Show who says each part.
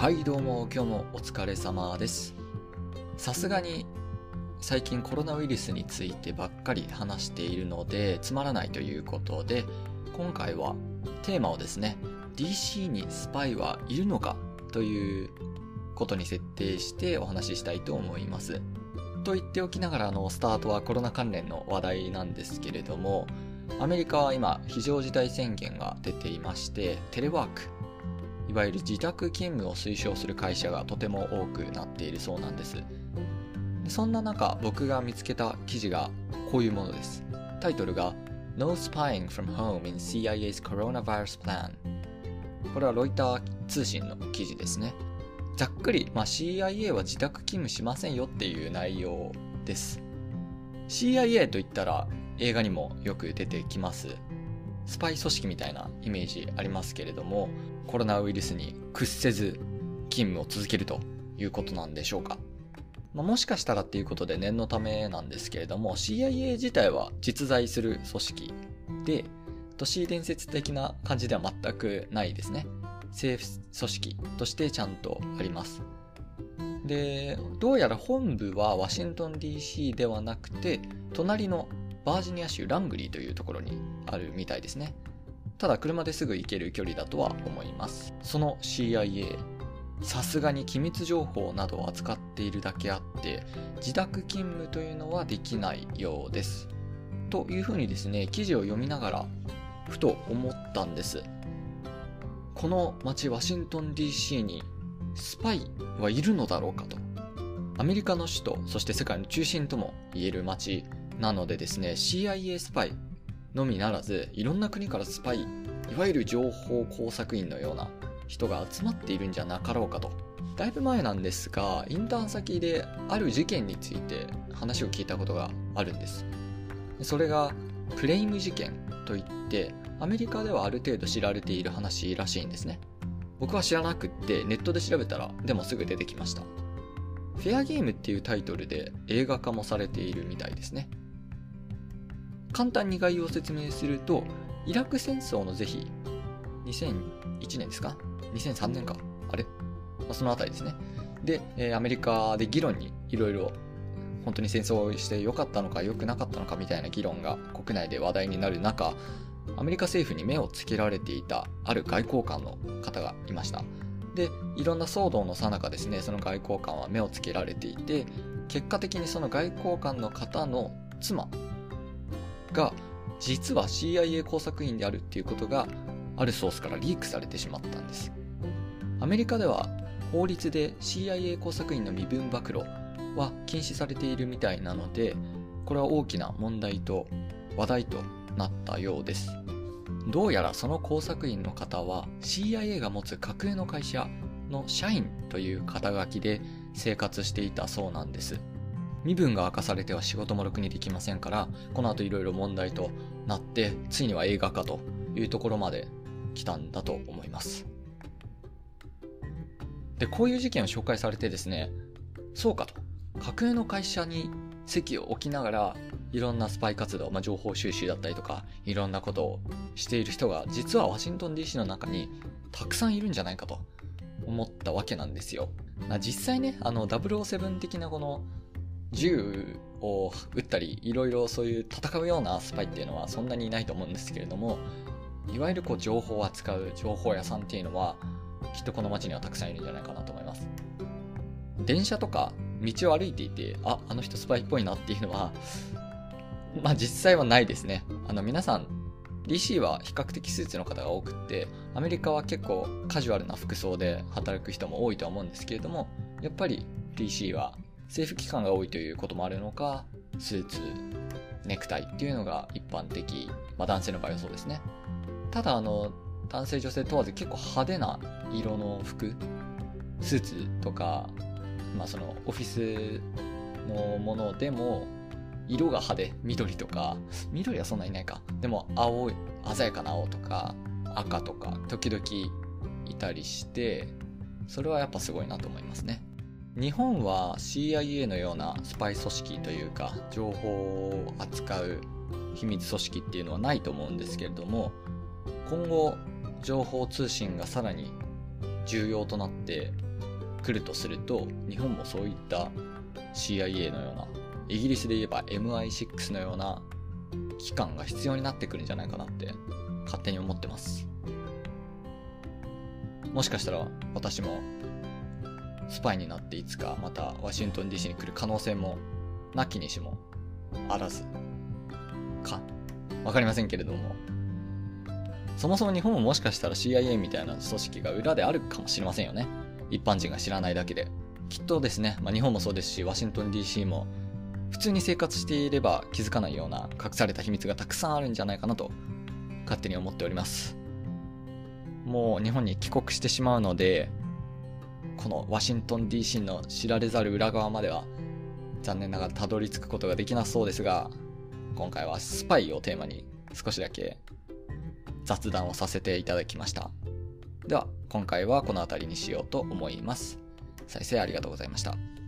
Speaker 1: はいどうも、今日もお疲れ様です。さすがに最近コロナウイルスについてばっかり話しているのでつまらないということで、今回はテーマをですね、 DC にスパイはいるのかということに設定してお話ししたいと思います。と言っておきながらスタートはコロナ関連の話題なんですけれども、アメリカは今非常事態宣言が出ていまして、テレワーク、いわゆる自宅勤務を推奨する会社がとても多くなっているそうなんです。そんな中、僕が見つけた記事がこういうものです。タイトルが No Spying from Home in CIA's Coronavirus Plan。 これはロイター通信の記事ですね。ざっくり、CIA は自宅勤務しませんよっていう内容です。 CIA といったら映画にもよく出てきますスパイ組織みたいなイメージありますけれども、コロナウイルスに屈せず勤務を続けるということなんでしょうか。もしかしたらっていうことで念のためなんですけれども、 CIA 自体は実在する組織で、都市伝説的な感じでは全くないですね。政府組織としてちゃんとあります。で、どうやら本部はワシントン DC ではなくて、隣のバージニア州ラングリーというところにあるみたいですね。ただ車ですぐ行ける距離だとは思います。その CIA、 さすがに機密情報などを扱っているだけあって自宅勤務というのはできないようです。というふうにですね、記事を読みながらふと思ったんです。この町ワシントン DC にスパイはいるのだろうかと。アメリカの首都、そして世界の中心とも言える町なのでですね、 CIA スパイのみならずいろんな国からスパイ、いわゆる情報工作員のような人が集まっているんじゃなかろうかと。だいぶ前なんですが、インターン先である事件について話を聞いたことがあるんです。それがプレイム事件といって、アメリカではある程度知られている話らしいんですね。僕は知らなくってネットで調べたらでもすぐ出てきました。フェアゲームっていうタイトルで映画化もされているみたいですね。簡単に概要を説明すると、イラク戦争の是非、2001年ですか2003年か、あれ、そのあたりですね。で、アメリカで議論にいろいろ本当に戦争をして良かったのか良くなかったのかみたいな議論が国内で話題になる中、アメリカ政府に目をつけられていたある外交官の方がいました。で、いろんな騒動の最中ですね、その外交官は目をつけられていて、結果的にその外交官の方の妻が実は CIA 工作員であるっていうことがあるソースからリークされてしまったんです。アメリカでは法律で CIA 工作員の身分暴露は禁止されているみたいなので、これは大きな問題と話題となったようです。どうやらその工作員の方は CIA が持つ架空の会社の社員という肩書きで生活していたそうなんです。身分が明かされては仕事もろくにできませんから、この後いろいろ問題となってついには映画化というところまで来たんだと思います。で、こういう事件を紹介されてですね、そうかと、架空の会社に籍を置きながらいろんなスパイ活動、情報収集だったりとかいろんなことをしている人が実はワシントン DC の中にたくさんいるんじゃないかと思ったわけなんですよ。実際ね、007的なこの銃を撃ったりいろいろそういう戦うようなスパイっていうのはそんなにいないと思うんですけれども、いわゆる情報を扱う情報屋さんっていうのはきっとこの街にはたくさんいるんじゃないかなと思います。電車とか道を歩いていて、あの人スパイっぽいなっていうのは実際はないですね。皆さん DC は比較的スーツの方が多くって、アメリカは結構カジュアルな服装で働く人も多いとは思うんですけれども、やっぱり DC は政府機関が多いということもあるのか、スーツ、ネクタイっていうのが一般的、男性の場合はそうですね。ただ男性女性問わず結構派手な色の服、スーツとか、そのオフィスのものでも色が派手、緑とか、緑はそんなにないか、でも青い、鮮やかな青とか赤とか時々いたりして、それはやっぱすごいなと思いますね。日本は CIA のようなスパイ組織というか情報を扱う秘密組織っていうのはないと思うんですけれども、今後情報通信がさらに重要となって来るとすると、日本もそういった CIA のような、イギリスで言えば MI6 のような機関が必要になってくるんじゃないかなって勝手に思ってます。もしかしたら私もスパイになっていつかまたワシントン DC に来る可能性もなきにしもあらずかわかりませんけれども、そもそも日本ももしかしたら CIA みたいな組織が裏であるかもしれませんよね。一般人が知らないだけで。きっとですね、日本もそうですし、ワシントン DC も普通に生活していれば気づかないような隠された秘密がたくさんあるんじゃないかなと勝手に思っております。もう日本に帰国してしまうので、このワシントン DC の知られざる裏側までは残念ながらたどり着くことができなそうですが、今回はスパイをテーマに少しだけ雑談をさせていただきました。では今回はこの辺りにしようと思います。再生ありがとうございました。